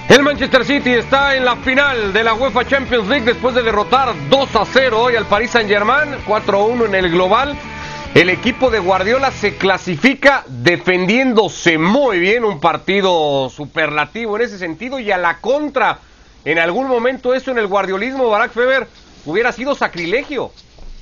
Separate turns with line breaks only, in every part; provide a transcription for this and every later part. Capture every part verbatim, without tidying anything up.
El Manchester City está en la final de la UEFA Champions League después de derrotar dos a cero hoy al Paris Saint-Germain, cuatro a uno en el global. El equipo de Guardiola se clasifica defendiéndose muy bien, un partido superlativo en ese sentido, y a la contra, en algún momento eso en el guardiolismo, Barak Feber, hubiera sido sacrilegio.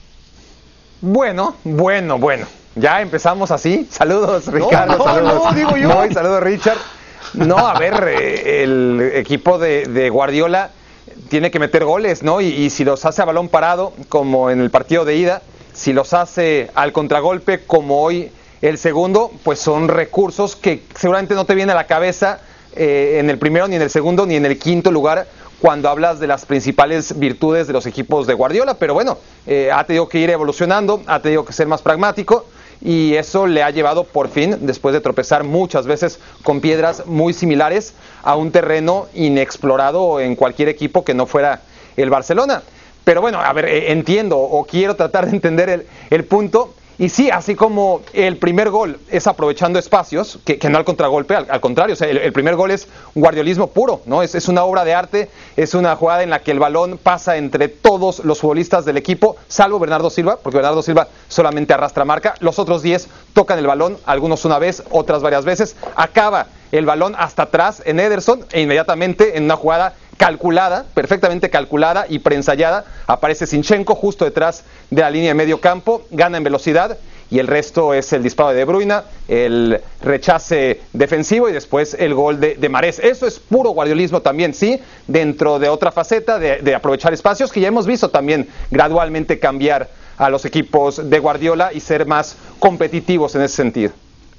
Bueno, bueno, bueno, ya empezamos así. Saludos, Ricardo,
no, no,
saludos.
No, digo yo.
Muy, saludos, Richard. No, a ver, eh, el equipo de, de Guardiola tiene que meter goles, ¿no? Y, y si los hace a balón parado, como en el partido de ida, si los hace al contragolpe, como hoy el segundo, pues son recursos que seguramente no te viene a la cabeza eh, en el primero, ni en el segundo, ni en el quinto lugar, cuando hablas de las principales virtudes de los equipos de Guardiola. Pero bueno, eh, ha tenido que ir evolucionando, ha tenido que ser más pragmático, y eso le ha llevado por fin, después de tropezar muchas veces con piedras muy similares, a un terreno inexplorado en cualquier equipo que no fuera el Barcelona. Pero bueno, a ver, eh, entiendo o quiero tratar de entender el, el punto. Y sí, así como el primer gol es aprovechando espacios, que, que no al contragolpe, al, al contrario, o sea, el, el primer gol es guardiolismo puro, ¿no? Es, es una obra de arte, es una jugada en la que el balón pasa entre todos los futbolistas del equipo, salvo Bernardo Silva, porque Bernardo Silva solamente arrastra marca, los otros diez tocan el balón, algunos una vez, otras varias veces, acaba el balón hasta atrás en Ederson, e inmediatamente en una jugada calculada, perfectamente calculada y preensayada, aparece Zinchenko justo detrás de la línea de medio campo, gana en velocidad, y el resto es el disparo de De Bruyne, el rechace defensivo y después el gol de, de Mahrez. Eso es puro guardiolismo también, sí, dentro de otra faceta de, de aprovechar espacios que ya hemos visto también gradualmente cambiar a los equipos de Guardiola y ser más competitivos en ese sentido.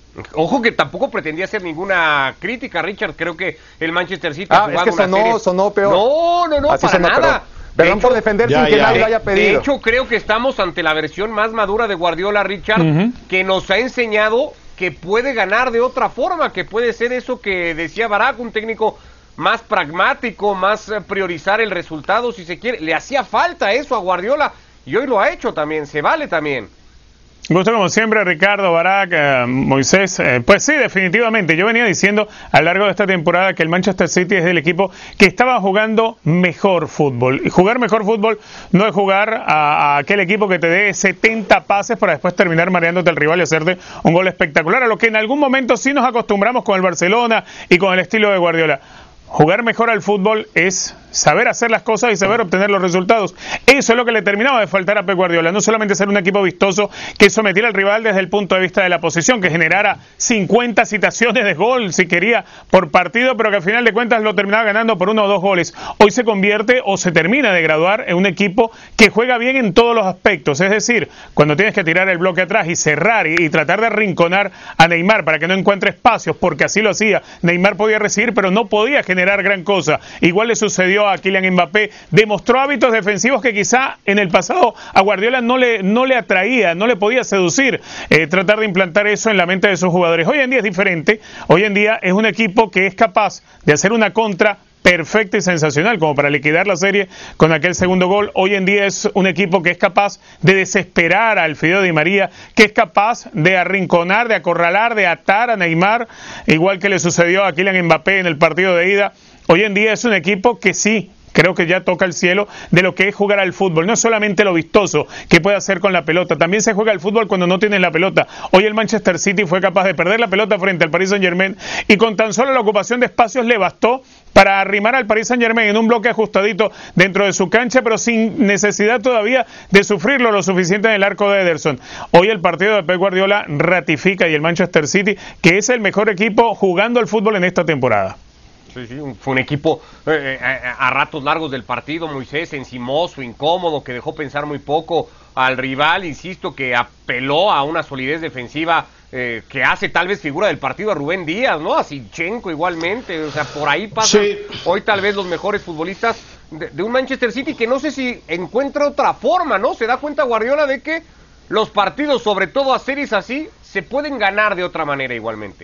Ojo que tampoco pretendía hacer ninguna crítica, Richard. Creo que el Manchester City
ah, es que sonó,
serie...
sonó peor.
No, no, no,
Así
para
sonó,
nada.
Perdón, perdón
hecho,
por defender
ya,
sin que
ya.
nadie lo haya pedido.
De hecho, creo que estamos ante la versión más madura de Guardiola, Richard, uh-huh. que nos ha enseñado que puede ganar de otra forma, que puede ser eso que decía Barak, un técnico más pragmático, más priorizar el resultado, si se quiere. Le hacía falta eso a Guardiola y hoy lo ha hecho también, se vale también.
Gusto como siempre, Ricardo, Barak, eh, Moisés. Eh, pues sí, definitivamente. Yo venía diciendo a lo largo de esta temporada que el Manchester City es el equipo que estaba jugando mejor fútbol. Y jugar mejor fútbol no es jugar a, a aquel equipo que te dé setenta pases para después terminar mareándote al rival y hacerte un gol espectacular, a lo que en algún momento sí nos acostumbramos con el Barcelona y con el estilo de Guardiola. Jugar mejor al fútbol es saber hacer las cosas y saber obtener los resultados. Eso es lo que le terminaba de faltar a Pep Guardiola. No solamente ser un equipo vistoso que sometiera al rival desde el punto de vista de la posición, que generara cincuenta situaciones de gol, si quería, por partido, pero que al final de cuentas lo terminaba ganando por uno o dos goles. Hoy se convierte o se termina de graduar en un equipo que juega bien en todos los aspectos. Es decir, cuando tienes que tirar el bloque atrás y cerrar y, y tratar de arrinconar a Neymar para que no encuentre espacios, porque así lo hacía. Neymar podía recibir, pero no podía generar gran cosa. Igual le sucedió a Kylian Mbappé. Demostró hábitos defensivos que quizá en el pasado a Guardiola no le, no le atraía, no le podía seducir, eh, tratar de implantar eso en la mente de sus jugadores. Hoy en día es diferente. Hoy en día es un equipo que es capaz de hacer una contra perfecta y sensacional, como para liquidar la serie con aquel segundo gol. Hoy en día es un equipo que es capaz de desesperar al Fideo Di María, que es capaz de arrinconar, de acorralar, de atar a Neymar, igual que le sucedió a Kylian Mbappé en el partido de ida. Hoy en día es un equipo que sí, creo que ya toca el cielo de lo que es jugar al fútbol. No es solamente lo vistoso que puede hacer con la pelota, también se juega al fútbol cuando no tienes la pelota. Hoy el Manchester City fue capaz de perder la pelota frente al Paris Saint-Germain y con tan solo la ocupación de espacios le bastó para arrimar al Paris Saint-Germain en un bloque ajustadito dentro de su cancha, pero sin necesidad todavía de sufrirlo lo suficiente en el arco de Ederson. Hoy el partido de Pep Guardiola ratifica, y el Manchester City, que es el mejor equipo jugando al fútbol en esta temporada.
Sí, sí, fue un equipo eh, a, a ratos largos del partido, Moisés, encimoso, incómodo, que dejó pensar muy poco al rival, insisto, que apeló a una solidez defensiva eh, que hace tal vez figura del partido a Rubén Díaz, ¿no? A Zinchenko igualmente, o sea, por ahí pasan sí. hoy tal vez los mejores futbolistas de, de un Manchester City que no sé si encuentra otra forma, ¿no? Se da cuenta Guardiola de que los partidos, sobre todo a series así, se pueden ganar de otra manera igualmente.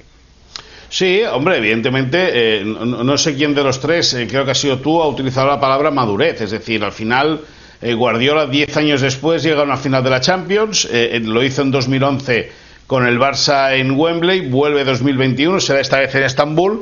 Sí, hombre, evidentemente, eh, no, no sé quién de los tres, eh, creo que ha sido tú, ha utilizado la palabra madurez. Es decir, al final, eh, Guardiola, diez años después, llega a una final de la Champions, eh, lo hizo en dos mil once con el Barça en Wembley, vuelve dos mil veintiuno, será esta vez en Estambul,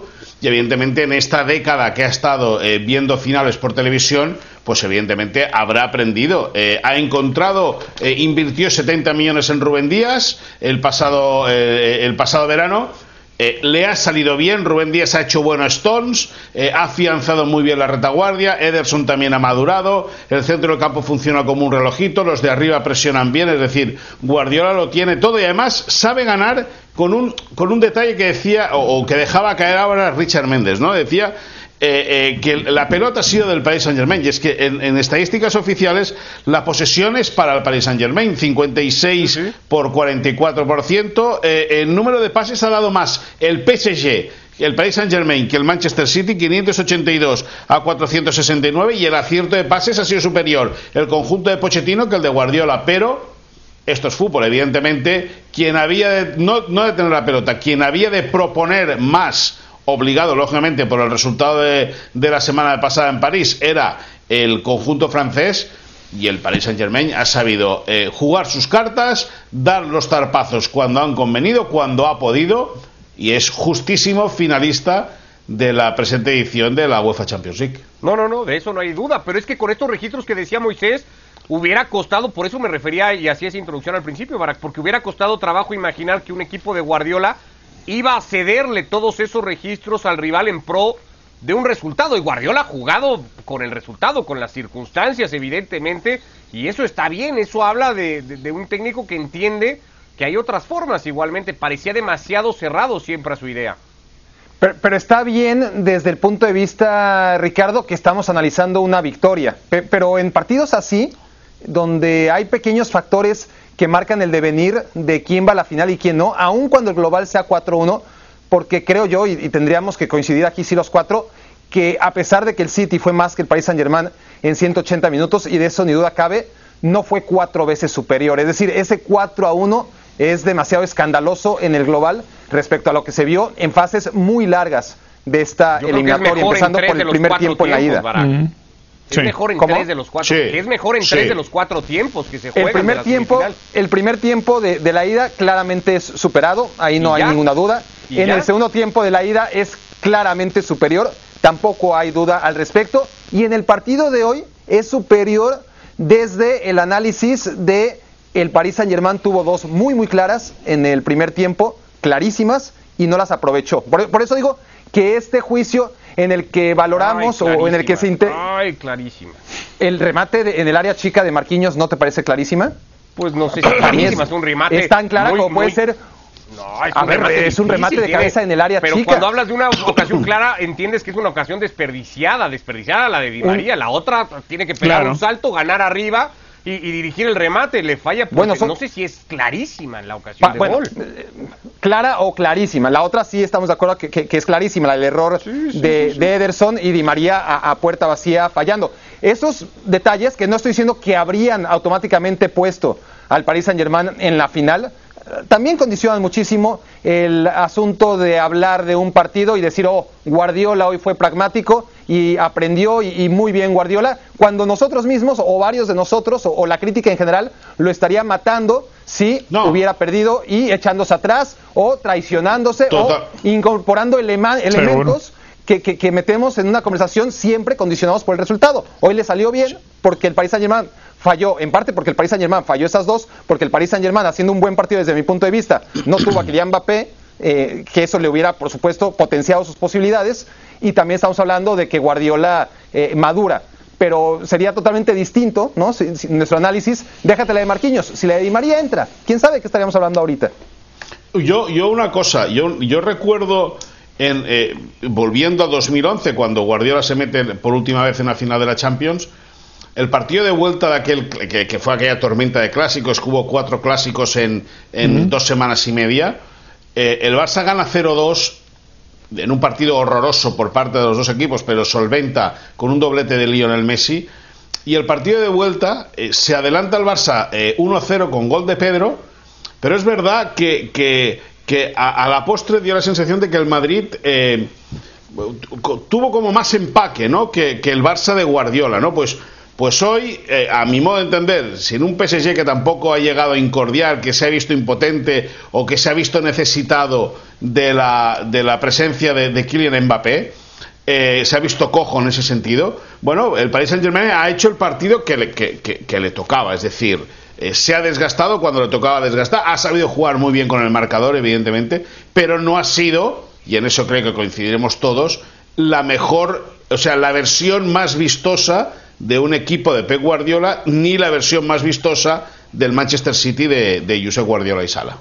y evidentemente en esta década que ha estado eh, viendo finales por televisión, pues evidentemente habrá aprendido. Eh, ha encontrado, eh, invirtió setenta millones en Rubén Díaz el pasado, eh, el pasado verano. Eh, le ha salido bien, Rubén Díaz ha hecho buenos Stones, eh, ha afianzado muy bien la retaguardia, Ederson también ha madurado, el centro del campo funciona como un relojito, los de arriba presionan bien, es decir, Guardiola lo tiene todo y además sabe ganar con un, con un detalle que decía, o, o que dejaba caer ahora Richard Méndez, ¿no? Decía Eh, eh, que la pelota ha sido del Paris Saint-Germain, y es que en, en estadísticas oficiales la posesión es para el Paris Saint-Germain, cincuenta y seis uh-huh. por cuarenta y cuatro por ciento, eh, el número de pases ha dado más el P S G, el Paris Saint-Germain, que el Manchester City, quinientos ochenta y dos a cuatrocientos sesenta y nueve, y el acierto de pases ha sido superior el conjunto de Pochettino que el de Guardiola, pero esto es fútbol, evidentemente, quien había de, no, no de tener la pelota, quien había de proponer más, obligado lógicamente por el resultado de, de la semana pasada en París, era el conjunto francés, y el Paris Saint-Germain ha sabido eh, jugar sus cartas, dar los zarpazos cuando han convenido, cuando ha podido, y es justísimo finalista de la presente edición de la UEFA Champions League.
No, no, no, de eso no hay duda, pero es que con estos registros que decía Moisés, hubiera costado, por eso me refería y hacía esa introducción al principio, Barak, porque hubiera costado trabajo imaginar que un equipo de Guardiola iba a cederle todos esos registros al rival en pro de un resultado, y Guardiola ha jugado con el resultado, con las circunstancias evidentemente, y eso está bien, eso habla de, de, de un técnico que entiende que hay otras formas. Igualmente parecía demasiado cerrado siempre a su idea.
Pero, pero está bien desde el punto de vista, Ricardo, que estamos analizando una victoria, pero en partidos así, donde hay pequeños factores que marcan el devenir de quién va a la final y quién no, aun cuando el global sea cuatro uno, porque creo yo, y, y tendríamos que coincidir aquí sí los cuatro, que a pesar de que el City fue más que el Paris Saint-Germain en ciento ochenta minutos, y de eso ni duda cabe, no fue cuatro veces superior. Es decir, ese cuatro a uno es demasiado escandaloso en el global respecto a lo que se vio en fases muy largas de esta yo eliminatoria, empezando por el primer tiempo en la ida.
Uh-huh. Es sí. mejor en ¿Cómo? tres de los cuatro. Sí. Es mejor en sí. tres de los cuatro tiempos que se juegan.
El primer tiempo, el primer tiempo de, de la ida claramente es superado, ahí no hay ninguna duda. En ya? el segundo tiempo de la ida es claramente superior, tampoco hay duda al respecto. Y en el partido de hoy es superior desde el análisis de el Paris Saint-Germain. Tuvo dos muy muy claras en el primer tiempo, clarísimas, y no las aprovechó. Por, por eso digo que este juicio en el que valoramos Ay, o en el que se inter...
Ay, clarísima.
¿El remate de, en el área chica de Marquinhos no te parece clarísima?
Pues no sé si es clarísima, es un remate.
Es tan clara muy, como puede muy... ser...
No, es
a
un
ver,
remate
es un remate de cabeza
tiene...
en el área
pero
chica.
Pero cuando hablas de una ocasión clara, entiendes que es una ocasión desperdiciada, desperdiciada la de Di María. La otra tiene que pegar claro. un salto, ganar arriba y, y dirigir el remate. Le falla, porque bueno, son... no sé si es clarísima en la ocasión pa, de bueno, gol.
Clara o clarísima. La otra sí estamos de acuerdo que, que, que es clarísima, la del error sí, sí, de, sí, sí. de Ederson y Di María a, a puerta vacía fallando. Esos detalles que no estoy diciendo que habrían automáticamente puesto al Paris Saint-Germain en la final, también condicionan muchísimo el asunto de hablar de un partido y decir, oh, Guardiola hoy fue pragmático y aprendió y, y muy bien Guardiola, cuando nosotros mismos o varios de nosotros o, o la crítica en general lo estaría matando si no. hubiera perdido y echándose atrás o traicionándose Total. o incorporando elema, elementos que, que, que metemos en una conversación siempre condicionados por el resultado. Hoy le salió bien porque el Paris Saint-Germain falló, en parte porque el Paris Saint-Germain falló esas dos, porque el Paris Saint-Germain, haciendo un buen partido desde mi punto de vista, no tuvo a Kylian Mbappé, eh, que eso le hubiera, por supuesto, potenciado sus posibilidades, y también estamos hablando de que Guardiola eh, madura, pero sería totalmente distinto, ¿no? Si, si, nuestro análisis, déjate la de Marquinhos, si la de Di María entra, ¿quién sabe qué estaríamos hablando ahorita?
Yo, yo una cosa, yo, yo recuerdo, en, eh, volviendo a dos mil once, cuando Guardiola se mete por última vez en la final de la Champions, el partido de vuelta de aquel que, que fue aquella tormenta de clásicos, que hubo cuatro clásicos en, en uh-huh. dos semanas y media, eh, el Barça gana cero dos en un partido horroroso por parte de los dos equipos, pero solventa con un doblete de Lionel Messi, y el partido de vuelta eh, se adelanta el Barça eh, uno cero con gol de Pedro, pero es verdad que, que, que a, a la postre dio la sensación de que el Madrid eh, tuvo como más empaque, ¿no? que, que el Barça de Guardiola, ¿no? Pues Pues hoy, eh, a mi modo de entender, sin un P S G que tampoco ha llegado a incordiar, que se ha visto impotente o que se ha visto necesitado de la, de la presencia de, de Kylian Mbappé, eh, se ha visto cojo en ese sentido, bueno, el Paris Saint-Germain ha hecho el partido que le, que, que, que le tocaba, es decir, eh, se ha desgastado cuando le tocaba desgastar, ha sabido jugar muy bien con el marcador, evidentemente, pero no ha sido, y en eso creo que coincidiremos todos, la mejor, o sea, la versión más vistosa de un equipo de Pep Guardiola, ni la versión más vistosa del Manchester City de, de Josep Guardiola y Sala.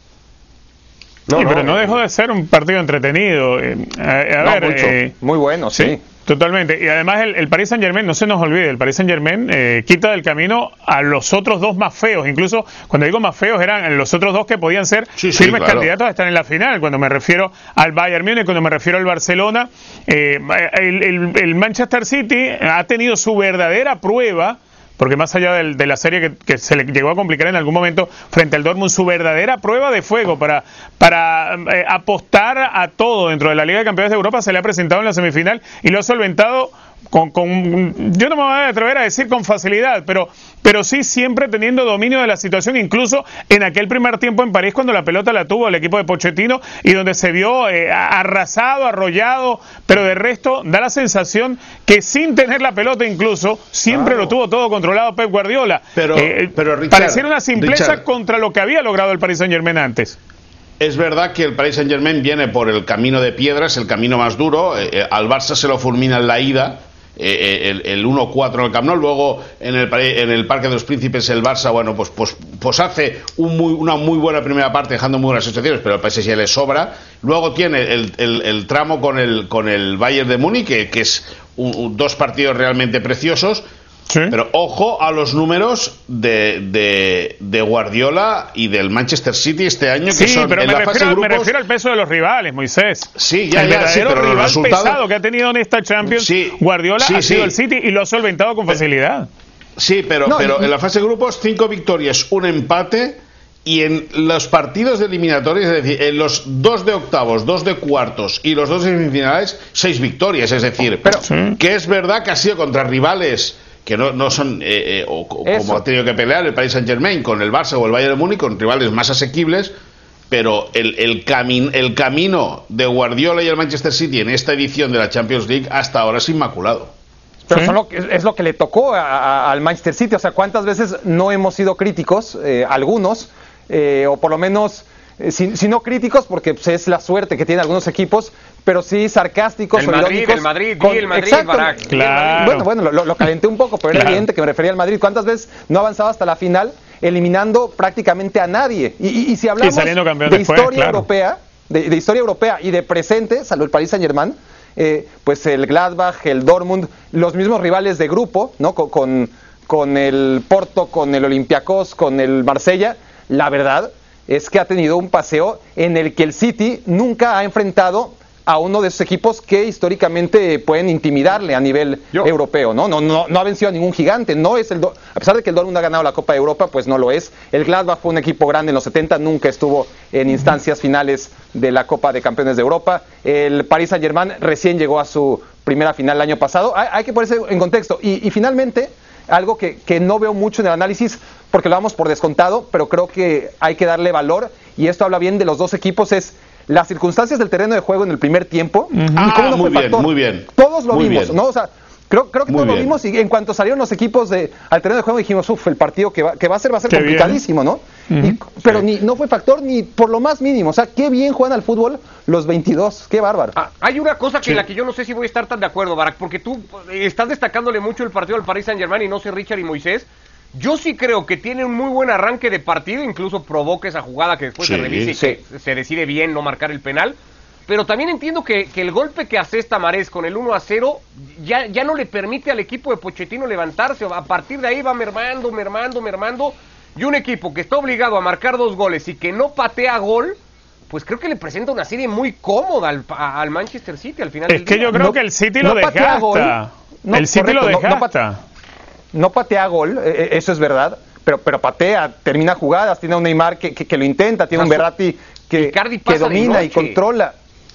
No, sí, no, pero no dejó de ser un partido entretenido. Eh, a, a
no,
ver,
mucho.
Eh,
muy bueno, sí. sí.
Totalmente. Y además el, el Paris Saint-Germain, no se nos olvide, el Paris Saint-Germain eh, quita del camino a los otros dos más feos. Incluso cuando digo más feos eran los otros dos que podían ser
sí, sí,
firmes
claro.
candidatos a estar en la final. Cuando me refiero al Bayern Múnich, cuando me refiero al Barcelona, eh, el, el, el Manchester City ha tenido su verdadera prueba, porque más allá del, de la serie que, que se le llegó a complicar en algún momento frente al Dortmund, su verdadera prueba de fuego para, para eh, apostar a todo dentro de la Liga de Campeones de Europa se le ha presentado en la semifinal y lo ha solventado con, con yo no me voy a atrever a decir con facilidad, pero, pero sí siempre teniendo dominio de la situación, incluso en aquel primer tiempo en París cuando la pelota la tuvo el equipo de Pochettino y donde se vio eh, arrasado, arrollado, pero de resto da la sensación que sin tener la pelota incluso siempre claro. lo tuvo todo controlado Pep Guardiola.
Pero,
eh,
pero Richard,
pareciera una simpleza
Richard,
contra lo que había logrado el Paris Saint-Germain antes.
Es verdad que el Paris Saint-Germain viene por el camino de piedras, el camino más duro. Eh, al Barça se lo fulmina en la ida, eh, el, el uno cuatro en el Camp Nou. Luego en el, en el Parque de los Príncipes el Barça, bueno, pues, pues, pues hace un muy, una muy buena primera parte, dejando muy buenas sensaciones, pero al P S G le sobra. Luego tiene el, el, el tramo con el, con el Bayern de Múnich, que, que es un, un, dos partidos realmente preciosos. Sí. Pero ojo a los números de, de, de Guardiola y del Manchester City este año, que
sí,
son
pero
en
me,
la
refiero,
fase de grupos...
me refiero al peso de los rivales, Moisés.
Sí, ya,
el
ya,
verdadero
sí, pero
rival
resultado...
pesado que ha tenido en esta Champions, sí, Guardiola sí, ha sido sí. el City y lo ha solventado con facilidad.
Sí, pero, no, pero y... en la fase de grupos, cinco victorias, un empate, y en los partidos de eliminatorios, es decir, en los dos de octavos, dos de cuartos y los dos de semifinales, seis victorias, es decir, pero sí. que es verdad que ha sido contra rivales que no, no son, eh, eh, o, como ha tenido que pelear el Paris Saint-Germain con el Barça o el Bayern de Múnich, con rivales más asequibles, pero el, el, cami el camino de Guardiola y el Manchester City en esta edición de la Champions League hasta ahora es inmaculado.
Pero ¿sí? lo que, es lo que le tocó a, a, al Manchester City, o sea, ¿cuántas veces no hemos sido críticos, eh, algunos, eh, o por lo menos... Si, si no críticos, porque pues, es la suerte que tienen algunos equipos, pero sí sarcásticos
el
o
Madrid,
irónicos.
El Madrid,
con,
el Madrid,
exacto,
Barak,
claro.
Bueno, bueno, lo, lo calenté un poco, pero claro. era evidente que me refería al Madrid. ¿Cuántas veces no ha avanzado hasta la final, eliminando prácticamente a nadie? Y, y, y si hablamos
de
después, historia
claro.
europea, de, de historia europea y de presente, salvo el Paris Saint-Germain, eh, pues el Gladbach, el Dortmund, los mismos rivales de grupo, ¿no? Con, con, con el Porto, con el Olympiacos, con el Marsella, la verdad es que ha tenido un paseo en el que el City nunca ha enfrentado a uno de esos equipos que históricamente pueden intimidarle a nivel Yo. europeo, ¿no? No, no, no ha vencido a ningún gigante, no es el Do- a pesar de que el Dortmund ha ganado la Copa de Europa, pues no lo es. El Gladbach fue un equipo grande en los setenta, nunca estuvo en instancias finales de la Copa de Campeones de Europa. El Paris Saint-Germain recién llegó a su primera final el año pasado. Hay, hay que ponerse en contexto. Y, y finalmente, algo que, que no veo mucho en el análisis, porque lo damos por descontado, pero creo que hay que darle valor, y esto habla bien de los dos equipos, es las circunstancias del terreno de juego en el primer tiempo.
Uh-huh.
Y cómo no
ah, muy
fue
bien,
factor.
muy bien.
Todos lo
muy
vimos,
bien.
¿no? O sea, creo, creo que
muy
todos
bien.
lo vimos, y en cuanto salieron los equipos de, al terreno de juego dijimos, uff, el partido que va, que va a ser va a ser
qué
complicadísimo,
bien.
¿no?
Uh-huh.
Y, pero
sí.
ni, no fue factor ni por lo más mínimo. O sea, qué bien juegan al fútbol los veintidós, qué bárbaro.
Ah, hay una cosa que
sí.
en la que yo no sé si voy a estar tan de acuerdo, Barak, porque tú eh, estás destacándole mucho el partido del Paris Saint-Germain y no sé Richard y Moisés. Yo sí creo que tiene un muy buen arranque de partido, incluso provoca esa jugada que después
sí,
se revise y
sí.
que se decide bien no marcar el penal. Pero también entiendo que, que el golpe que asesta Marés con el uno a cero ya, ya no le permite al equipo de Pochettino levantarse. A partir de ahí va mermando, mermando, mermando. Y un equipo que está obligado a marcar dos goles y que no patea gol, pues creo que le presenta una serie muy cómoda al, a, al Manchester City al final
Es
del
que
día.
yo creo
No,
que el City
no
lo
patea gol.
desgasta.
No,
el City
correcto,
lo
no- no
desgasta.
patea- No patea gol, eh, eso es verdad, pero, pero patea, termina jugadas, tiene a un Neymar que, que, que lo intenta, tiene un
Rafa,
Verratti que,
Icardi
que
pasa de
domina y
noche.
controla.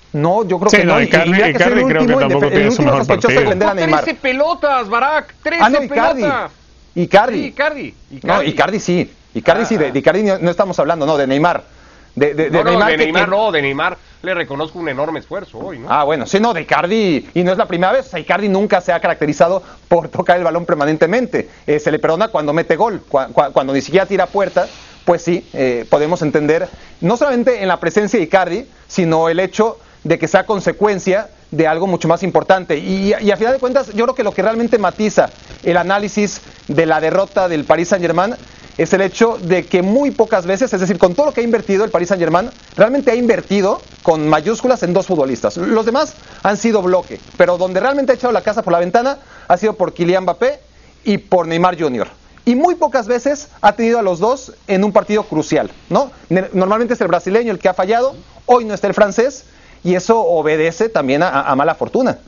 No, yo creo
sí,
que no.
no. Icardi,
y mira que
Icardi
el
creo
último,
que tampoco
el,
tiene
el
su
último
mejor
sospechoso de
partido.
vender a Neymar.
trece pelotas, Barak, trece
Ah, no, Icardi.
pelotas.
Icardi.
Sí, Icardi. Icardi.
No, Icardi sí. Icardi
Ah,
sí, de, de Icardi no, no estamos hablando, no, de Neymar. De, de, de
no, no,
Neymar,
de
que-
Neymar
que-
no, de Neymar le reconozco un enorme esfuerzo hoy, ¿no?
Ah, bueno, sí, no, de Icardi, y no es la primera vez, o sea, Icardi nunca se ha caracterizado por tocar el balón permanentemente, eh, se le perdona cuando mete gol, cua- cua- cuando ni siquiera tira puerta, pues sí, eh, podemos entender, no solamente en la presencia de Icardi, sino el hecho de que sea consecuencia de algo mucho más importante, y, y a final de cuentas, yo creo que lo que realmente matiza el análisis de la derrota del Paris Saint-Germain es el hecho de que muy pocas veces, es decir, con todo lo que ha invertido el Paris Saint-Germain, realmente ha invertido con mayúsculas en dos futbolistas. Los demás han sido bloque, pero donde realmente ha echado la casa por la ventana ha sido por Kylian Mbappé y por Neymar junior Y muy pocas veces ha tenido a los dos en un partido crucial, ¿no? Ne- Normalmente es el brasileño el que ha fallado, hoy no está el francés, y eso obedece también a, a mala fortuna.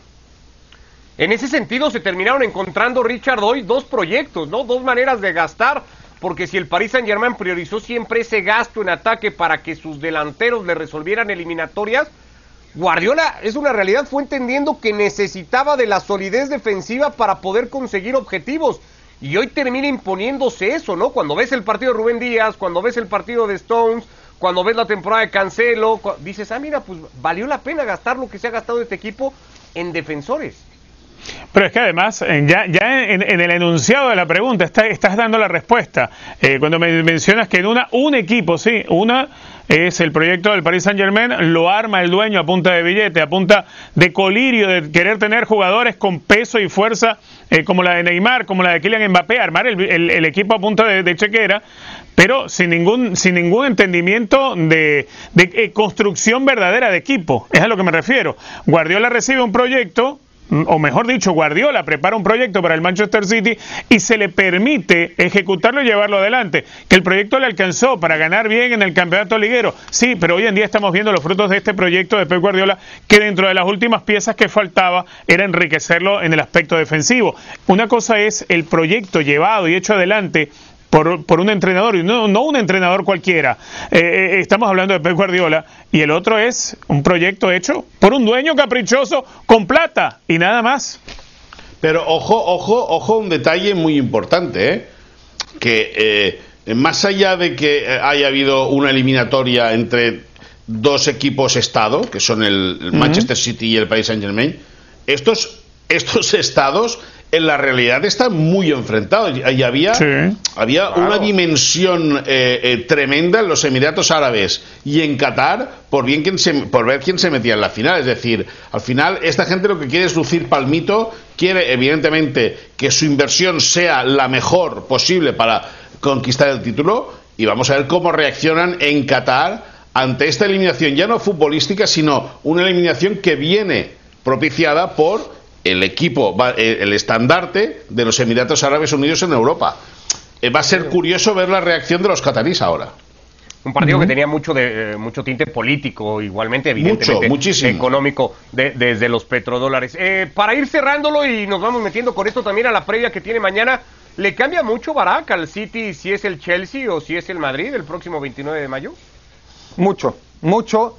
En ese sentido se terminaron encontrando, Richard, hoy dos proyectos, ¿no? Dos maneras de gastar, porque si el Paris Saint-Germain priorizó siempre ese gasto en ataque para que sus delanteros le resolvieran eliminatorias, Guardiola, es una realidad, fue entendiendo que necesitaba de la solidez defensiva para poder conseguir objetivos. Y hoy termina imponiéndose eso, ¿no? Cuando ves el partido de Rubén Díaz, cuando ves el partido de Stones, cuando ves la temporada de Cancelo, cu- dices, ah, mira, pues valió la pena gastar lo que se ha gastado este equipo en defensores.
Pero es que además, eh, ya, ya en, en el enunciado de la pregunta está, estás dando la respuesta. Eh, cuando me mencionas que en una un equipo, sí, una es el proyecto del Paris Saint-Germain, lo arma el dueño a punta de billete, a punta de colirio, de querer tener jugadores con peso y fuerza eh, como la de Neymar, como la de Kylian Mbappé, armar el, el, el equipo a punta de, de chequera, pero sin ningún sin ningún entendimiento de, de eh, construcción verdadera de equipo. Es a lo que me refiero. Guardiola recibe un proyecto, o mejor dicho, Guardiola prepara un proyecto para el Manchester City y se le permite ejecutarlo y llevarlo adelante. Que el proyecto le alcanzó para ganar bien en el campeonato liguero, sí, pero hoy en día estamos viendo los frutos de este proyecto de Pep Guardiola, que dentro de las últimas piezas que faltaba era enriquecerlo en el aspecto defensivo. Una cosa es el proyecto llevado y hecho adelante Por, por un entrenador, y no, no un entrenador cualquiera. Eh, eh, estamos hablando de Pep Guardiola, y el otro es un proyecto hecho por un dueño caprichoso con plata y nada más.
Pero ojo, ojo, ojo, un detalle muy importante, ¿eh? Que eh, más allá de que haya habido una eliminatoria entre dos equipos estado, que son el, el Manchester City y el Paris Saint-Germain, estos, estos estados en la realidad están muy enfrentados. Y había,
Sí.
había
Claro.
una dimensión eh, eh, tremenda en los Emiratos Árabes y en Qatar por, bien quién se, por ver quién se metía en la final. Es decir, al final esta gente lo que quiere es lucir palmito, quiere evidentemente que su inversión sea la mejor posible para conquistar el título, y vamos a ver cómo reaccionan en Qatar ante esta eliminación, ya no futbolística, sino una eliminación que viene propiciada por el equipo, el estandarte de los Emiratos Árabes Unidos en Europa. Eh, va a ser curioso ver la reacción de los cataríes ahora.
Un partido
Ujú.
que tenía mucho de eh, mucho tinte político, igualmente, evidentemente,
Mucho, muchísimo.
económico, de- desde los petrodólares. Eh, para ir cerrándolo y nos vamos metiendo con esto también a la previa que tiene mañana, ¿le cambia mucho, Barak, al City si es el Chelsea o si es el Madrid el próximo veintinueve de mayo?
Mucho, mucho,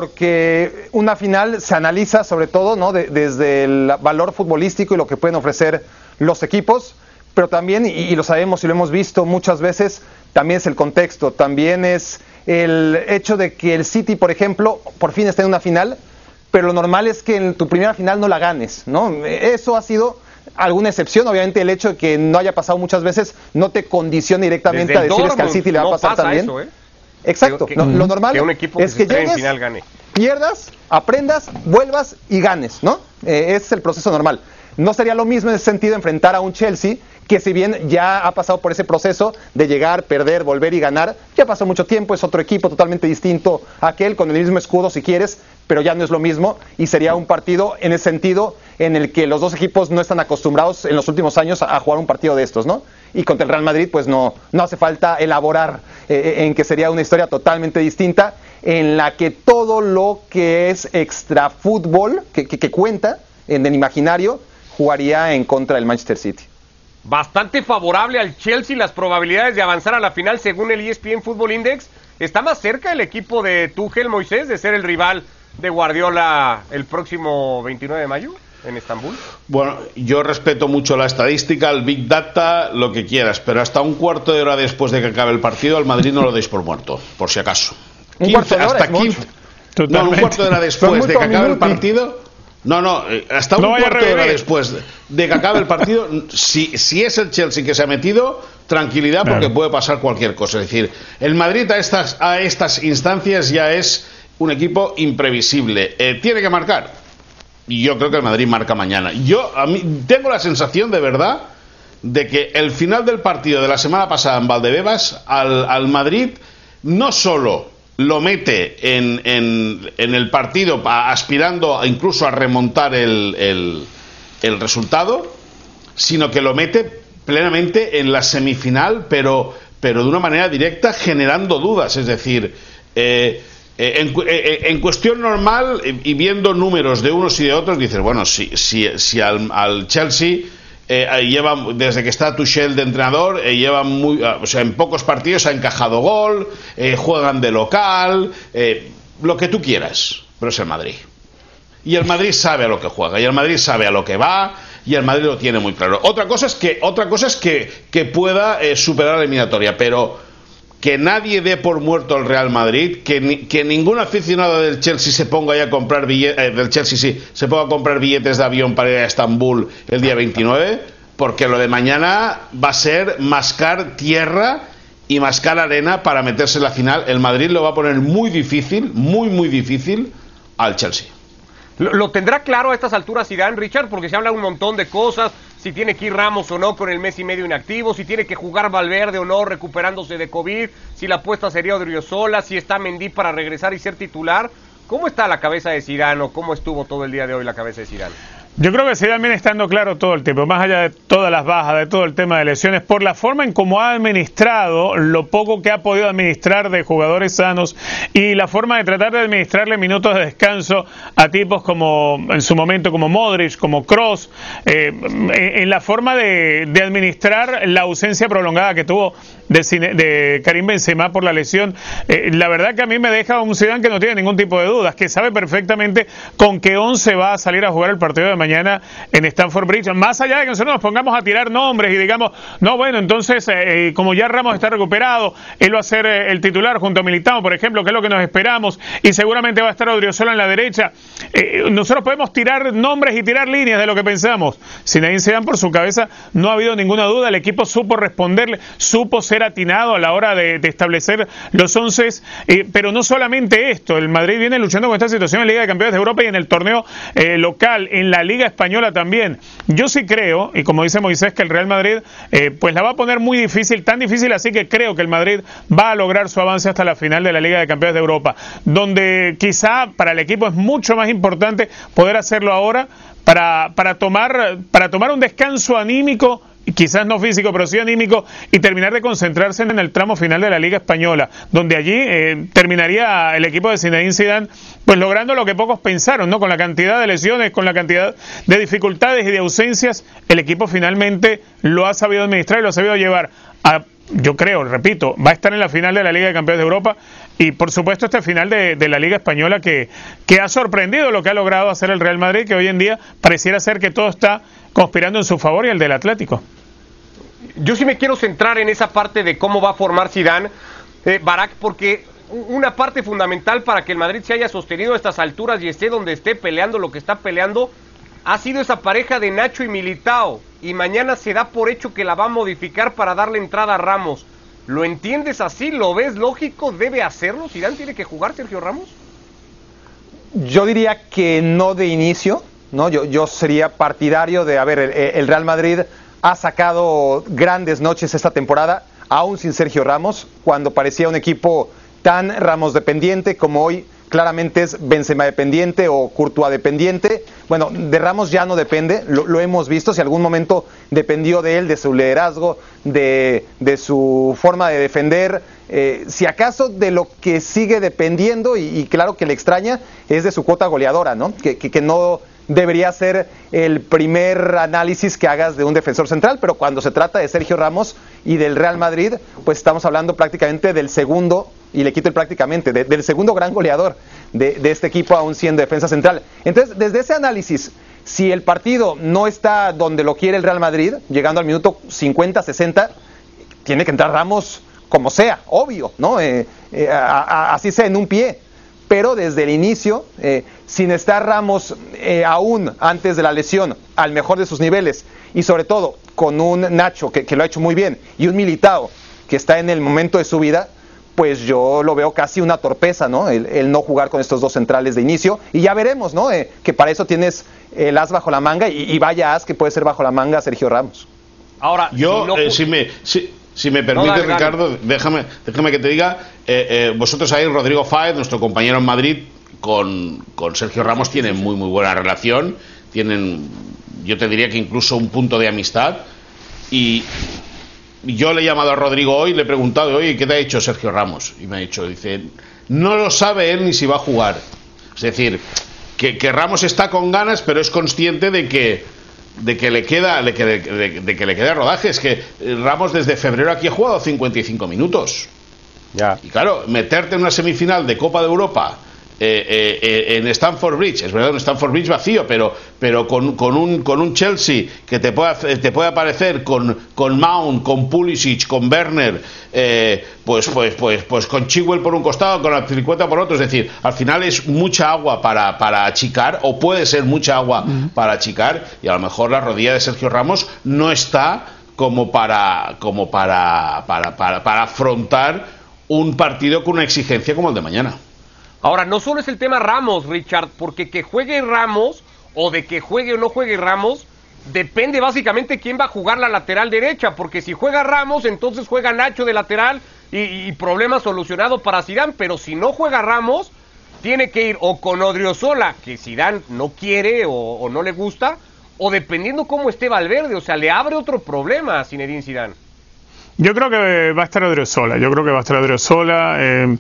porque una final se analiza sobre todo, ¿no? de- desde el valor futbolístico y lo que pueden ofrecer los equipos, pero también, y, y lo sabemos y lo hemos visto muchas veces, también es el contexto, también es el hecho de que el City, por ejemplo, por fin está en una final, pero lo normal es que en tu primera final no la ganes, ¿no? Eso ha sido alguna excepción, obviamente el hecho de que no haya pasado muchas veces no te condiciona directamente
Desde
a
el
decirles que al
Dortmund
City le va a
no
pasar
pasa
también.
eso, ¿eh?
Exacto,
Que-
lo,
que-
lo normal
que un equipo que
es
se
que
esté en
llegues,
final gane.
pierdas, aprendas, vuelvas y ganes, ¿no? Eh, ese es el proceso normal. No sería lo mismo en ese sentido enfrentar a un Chelsea que, si bien ya ha pasado por ese proceso de llegar, perder, volver y ganar, ya pasó mucho tiempo, es otro equipo totalmente distinto a aquel, con el mismo escudo si quieres, pero ya no es lo mismo, y sería un partido en ese sentido en el que los dos equipos no están acostumbrados en los últimos años a, a jugar un partido de estos, ¿no? Y contra el Real Madrid pues no, no hace falta elaborar eh, en que sería una historia totalmente distinta, en la que todo lo que es extra fútbol, que, que, que cuenta en el imaginario, jugaría en contra del Manchester City.
Bastante favorable al Chelsea las probabilidades de avanzar a la final según el E S P N Football Index. Está más cerca el equipo de Tuchel, Moisés, de ser el rival de Guardiola el próximo veintinueve de mayo en Estambul?
Bueno, yo respeto mucho la estadística, el Big Data, lo que quieras, pero hasta un cuarto de hora después de que acabe el partido, al Madrid no lo deis por muerto, por si acaso.
Un cuarto de hora
hasta
es mucho.
quince, no, un cuarto de hora después de que acabe el partido. No, no, hasta
no
un cuarto de hora
revivir.
después de que acabe el partido, si, si es el Chelsea que se ha metido, tranquilidad porque
claro.
puede pasar cualquier cosa. Es decir, el Madrid a estas, a estas instancias ya es un equipo imprevisible. Eh, ¿Tiene que marcar? Y yo creo que el Madrid marca mañana. Yo a mí tengo la sensación de verdad de que el final del partido de la semana pasada en Valdebebas al, al Madrid no solo lo mete en, en, en el partido aspirando incluso a remontar el, el, el resultado, sino que lo mete plenamente en la semifinal, pero, pero de una manera directa, generando dudas. Es decir, eh, en, en cuestión normal y viendo números de unos y de otros, dices, bueno, si, si, si al, al Chelsea Eh, lleva, desde que está Tuchel de entrenador, eh, lleva muy, o sea, en pocos partidos ha encajado gol, eh, juegan de local, eh, lo que tú quieras, pero es el Madrid. Y el Madrid sabe a lo que juega, y el Madrid sabe a lo que va, y el Madrid lo tiene muy claro. Otra cosa es que, otra cosa es que, que pueda eh, superar la eliminatoria, pero que nadie dé por muerto al Real Madrid, que, ni, que ningún aficionado del Chelsea se ponga ya a comprar billetes, eh, del Chelsea sí, se ponga a comprar billetes de avión para ir a Estambul el día veintinueve, porque lo de mañana va a ser mascar tierra y mascar arena para meterse en la final. El Madrid lo va a poner muy difícil, muy muy difícil al Chelsea.
¿Lo, lo tendrá claro a estas alturas Zidane, Richard? Porque se habla un montón de cosas, si tiene que ir Ramos o no con el mes y medio inactivo, si tiene que jugar Valverde o no recuperándose de COVID, si la apuesta sería Odriozola, si está Mendy para regresar y ser titular. ¿Cómo está la cabeza de Zidane o cómo estuvo todo el día de hoy la cabeza de Zidane?
Yo creo que Zidane viene estando claro todo el tiempo, más allá de todas las bajas, de todo el tema de lesiones, por la forma en cómo ha administrado lo poco que ha podido administrar de jugadores sanos y la forma de tratar de administrarle minutos de descanso a tipos como, en su momento, como Modric, como Kroos, eh, en, en la forma de, de administrar la ausencia prolongada que tuvo de, de Karim Benzema por la lesión. Eh, la verdad que a mí me deja un Zidane que no tiene ningún tipo de dudas, que sabe perfectamente con qué once va a salir a jugar el partido de mañana mañana en Stamford Bridge, más allá de que nosotros nos pongamos a tirar nombres y digamos, no, bueno, entonces eh, como ya Ramos está recuperado, él va a ser eh, el titular junto a Militao, por ejemplo, que es lo que nos esperamos, y seguramente va a estar Odriozola en la derecha. Eh, nosotros podemos tirar nombres y tirar líneas de lo que pensamos. Zinedine Zidane, por su cabeza no ha habido ninguna duda, el equipo supo responderle, supo ser atinado a la hora de, de establecer los once, eh, pero no solamente esto, el Madrid viene luchando con esta situación en Liga de Campeones de Europa y en el torneo eh, local, en la Liga Española también. Yo sí creo, y como dice Moisés, que el Real Madrid eh, pues la va a poner muy difícil, tan difícil así que creo que el Madrid va a lograr su avance hasta la final de la Liga de Campeones de Europa, donde quizá para el equipo es mucho más importante poder hacerlo ahora para, para, tomar, para tomar un descanso anímico, quizás no físico, pero sí anímico, y terminar de concentrarse en el tramo final de la Liga Española, donde allí eh, terminaría el equipo de Zinedine Zidane pues logrando lo que pocos pensaron, ¿no? Con la cantidad de lesiones, con la cantidad de dificultades y de ausencias, el equipo finalmente lo ha sabido administrar y lo ha sabido llevar a, yo creo, repito, va a estar en la final de la Liga de Campeones de Europa y por supuesto este final de, de la Liga Española que, que ha sorprendido lo que ha logrado hacer el Real Madrid, que hoy en día pareciera ser que todo está conspirando en su favor y el del Atlético.
Yo sí me quiero centrar en esa parte de cómo va a formar Zidane, eh, Barak, porque una parte fundamental para que el Madrid se haya sostenido a estas alturas y esté donde esté peleando lo que está peleando, ha sido esa pareja de Nacho y Militao, y mañana se da por hecho que la va a modificar para darle entrada a Ramos. ¿Lo entiendes así? ¿Lo ves lógico? ¿Debe hacerlo? ¿Zidane tiene que jugar Sergio Ramos?
Yo diría que no de inicio, ¿no? Yo, yo sería partidario de, a ver, el, el Real Madrid ha sacado grandes noches esta temporada, aún sin Sergio Ramos, cuando parecía un equipo tan Ramos dependiente como hoy claramente es Benzema dependiente o Courtois dependiente. Bueno, de Ramos ya no depende, lo, lo hemos visto, si algún momento dependió de él, de su liderazgo, de, de su forma de defender, eh, si acaso de lo que sigue dependiendo, y, y claro que le extraña, es de su cuota goleadora, ¿no? Que, que, que no debería ser el primer análisis que hagas de un defensor central, pero cuando se trata de Sergio Ramos y del Real Madrid, pues estamos hablando prácticamente del segundo y le quito el prácticamente, de, del segundo gran goleador de, de este equipo, aún siendo defensa central. Entonces, desde ese análisis, si el partido no está donde lo quiere el Real Madrid, llegando al minuto cincuenta, sesenta, tiene que entrar Ramos como sea, obvio, ¿no? Eh, eh, a, a, así sea en un pie. Pero desde el inicio, eh, sin estar Ramos eh, aún antes de la lesión al mejor de sus niveles, y sobre todo con un Nacho que, que lo ha hecho muy bien, y un Militao que está en el momento de su vida, pues yo lo veo casi una torpeza, ¿no? El, el no jugar con estos dos centrales de inicio, y ya veremos, ¿no? Eh, que para eso tienes el as bajo la manga, y, y vaya as que puede ser bajo la manga Sergio Ramos.
Ahora, yo, si, no... eh, si me... Si... Si me permite, no, dale, Ricardo, dale. Déjame, déjame que te diga, eh, eh, vosotros ahí, Rodrigo Fáez, nuestro compañero en Madrid, con, con Sergio Ramos tienen muy, muy buena relación, tienen, yo te diría que incluso un punto de amistad, y yo le he llamado a Rodrigo hoy, le he preguntado, oye, ¿qué te ha dicho Sergio Ramos? Y me ha dicho, dice, no lo sabe él ni si va a jugar. Es decir, que, que Ramos está con ganas, pero es consciente de que de que le queda de que, de, de que le queda rodaje. Es que Ramos desde febrero aquí ha jugado cincuenta y cinco minutos.
Ya.
Y claro, meterte en una semifinal de Copa de Europa eh, eh, en Stamford Bridge, es verdad, un Stamford Bridge vacío, pero, pero con, con, un, con un Chelsea que te puede, te puede aparecer con, con Mount, con Pulisic, con Werner, eh, pues, pues, pues, pues con Chilwell por un costado, con Azpilicueta por otro. Es decir, al final es mucha agua para, para achicar, o puede ser mucha agua uh-huh. para achicar, y a lo mejor la rodilla de Sergio Ramos no está como para, como para, para, para, para afrontar un partido con una exigencia como el de mañana.
Ahora, no solo es el tema Ramos, Richard, porque que juegue Ramos, o de que juegue o no juegue Ramos, depende básicamente quién va a jugar la lateral derecha, porque si juega Ramos, entonces juega Nacho de lateral, y, y problema solucionado para Zidane, pero si no juega Ramos, tiene que ir o con Odriozola, que Zidane no quiere o, o no le gusta, o dependiendo cómo esté Valverde, o sea, le abre otro problema a Zinedine Zidane.
Yo creo que va a estar Odriozola, yo creo que va a estar Odriozola, eh...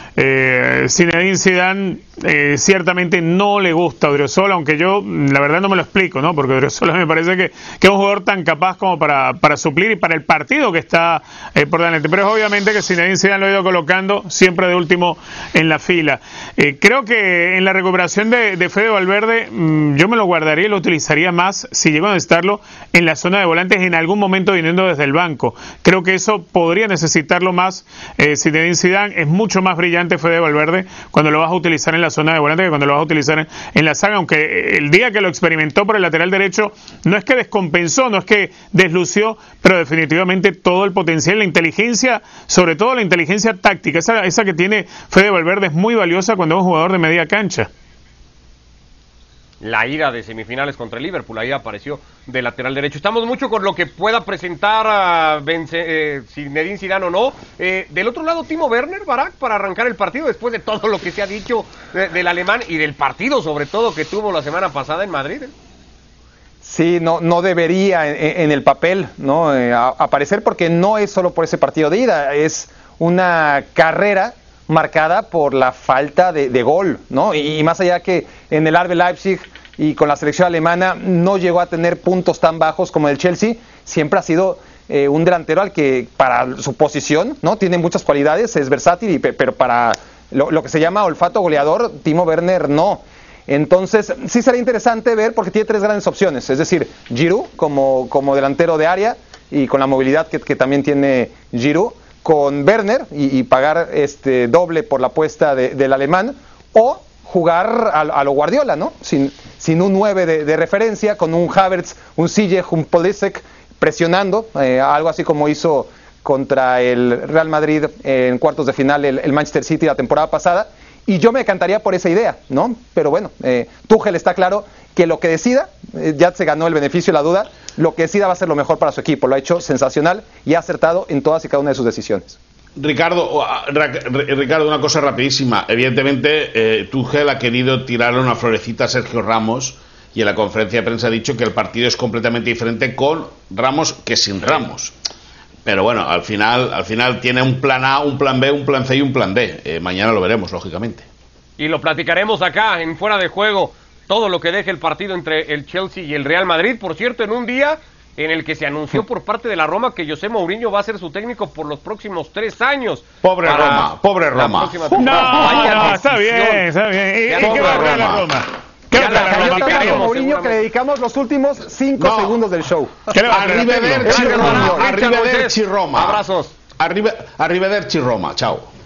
Eh, Zinedine Zidane eh, ciertamente no le gusta a Odriozola, aunque yo la verdad no me lo explico, ¿no? Porque Odriozola me parece que, que es un jugador tan capaz como para, para suplir y para el partido que está eh, por delante, pero es obviamente que Zinedine Zidane lo ha ido colocando siempre de último en la fila. Eh, creo que en la recuperación de, de Fede Valverde mmm, yo me lo guardaría y lo utilizaría más, si llego a necesitarlo, en la zona de volantes en algún momento viniendo desde el banco. Creo que eso podría necesitarlo más eh, Zinedine Zidane. Es mucho más brillante Fede Valverde cuando lo vas a utilizar en la zona de volante que cuando lo vas a utilizar en, en la saga, aunque el día que lo experimentó por el lateral derecho no es que descompensó, no es que deslució, pero definitivamente todo el potencial, la inteligencia, sobre todo la inteligencia táctica, esa, esa que tiene Fede Valverde es muy valiosa cuando es un jugador de media cancha.
La ida de semifinales contra el Liverpool, ahí apareció de lateral derecho. Estamos mucho con lo que pueda presentar a eh, Zinedine Zidane o no. Eh, del otro lado, Timo Werner, Barak, para arrancar el partido, después de todo lo que se ha dicho de, del alemán y del partido, sobre todo, que tuvo la semana pasada en Madrid. ¿eh?
Sí, no, no debería en, en el papel, ¿no? Eh, a, aparecer, porque no es solo por ese partido de ida, es una carrera marcada por la falta de, de gol, ¿no? Y, y más allá que en el R B Leipzig y con la selección alemana no llegó a tener puntos tan bajos como el Chelsea, siempre ha sido eh, un delantero al que para su posición, ¿no? Tiene muchas cualidades, es versátil, y, pero para lo, lo que se llama olfato goleador, Timo Werner no. Entonces sí sería interesante ver, porque tiene tres grandes opciones, es decir, Giroud como, como delantero de área y con la movilidad que, que también tiene Giroud, con Werner y, y pagar este doble por la apuesta de, del alemán, o jugar a, a lo Guardiola, ¿no? Sin, sin un nueve de, de referencia, con un Havertz, un Ziyech, un Pulisic presionando, eh, algo así como hizo contra el Real Madrid en cuartos de final el, el Manchester City la temporada pasada, y yo me decantaría por esa idea, ¿no? Pero bueno, eh, Tuchel está claro que lo que decida, eh, ya se ganó el beneficio de la duda, lo que decida va a ser lo mejor para su equipo. Lo ha hecho sensacional y ha acertado en todas y cada una de sus decisiones.
Ricardo, Ricardo, una cosa rapidísima. Evidentemente, eh, Tuchel ha querido tirarle una florecita a Sergio Ramos, y en la conferencia de prensa ha dicho que el partido es completamente diferente con Ramos que sin Ramos. Pero bueno, al final, al final tiene un plan A, un plan B, un plan C y un plan D. Eh, mañana lo veremos, lógicamente.
Y lo platicaremos acá, en Fuera de Juego, todo lo que deje el partido entre el Chelsea y el Real Madrid. Por cierto, en un día en el que se anunció por parte de la Roma que José Mourinho va a ser su técnico por los próximos tres años.
Pobre Roma, pobre Roma.
No, no, está bien, está bien. ¿Y, ¿y qué va a hablar la Roma? ¿Qué va a hablar la Roma?
A Mourinho que le dedicamos los últimos cinco
No.
segundos del show.
¿Qué le va a hacer?
Arrivederci
Gracias,
Roma,
Richard
arrivederci
Moisés.
Roma.
Abrazos.
Arrive- Arrivederci Roma, chao.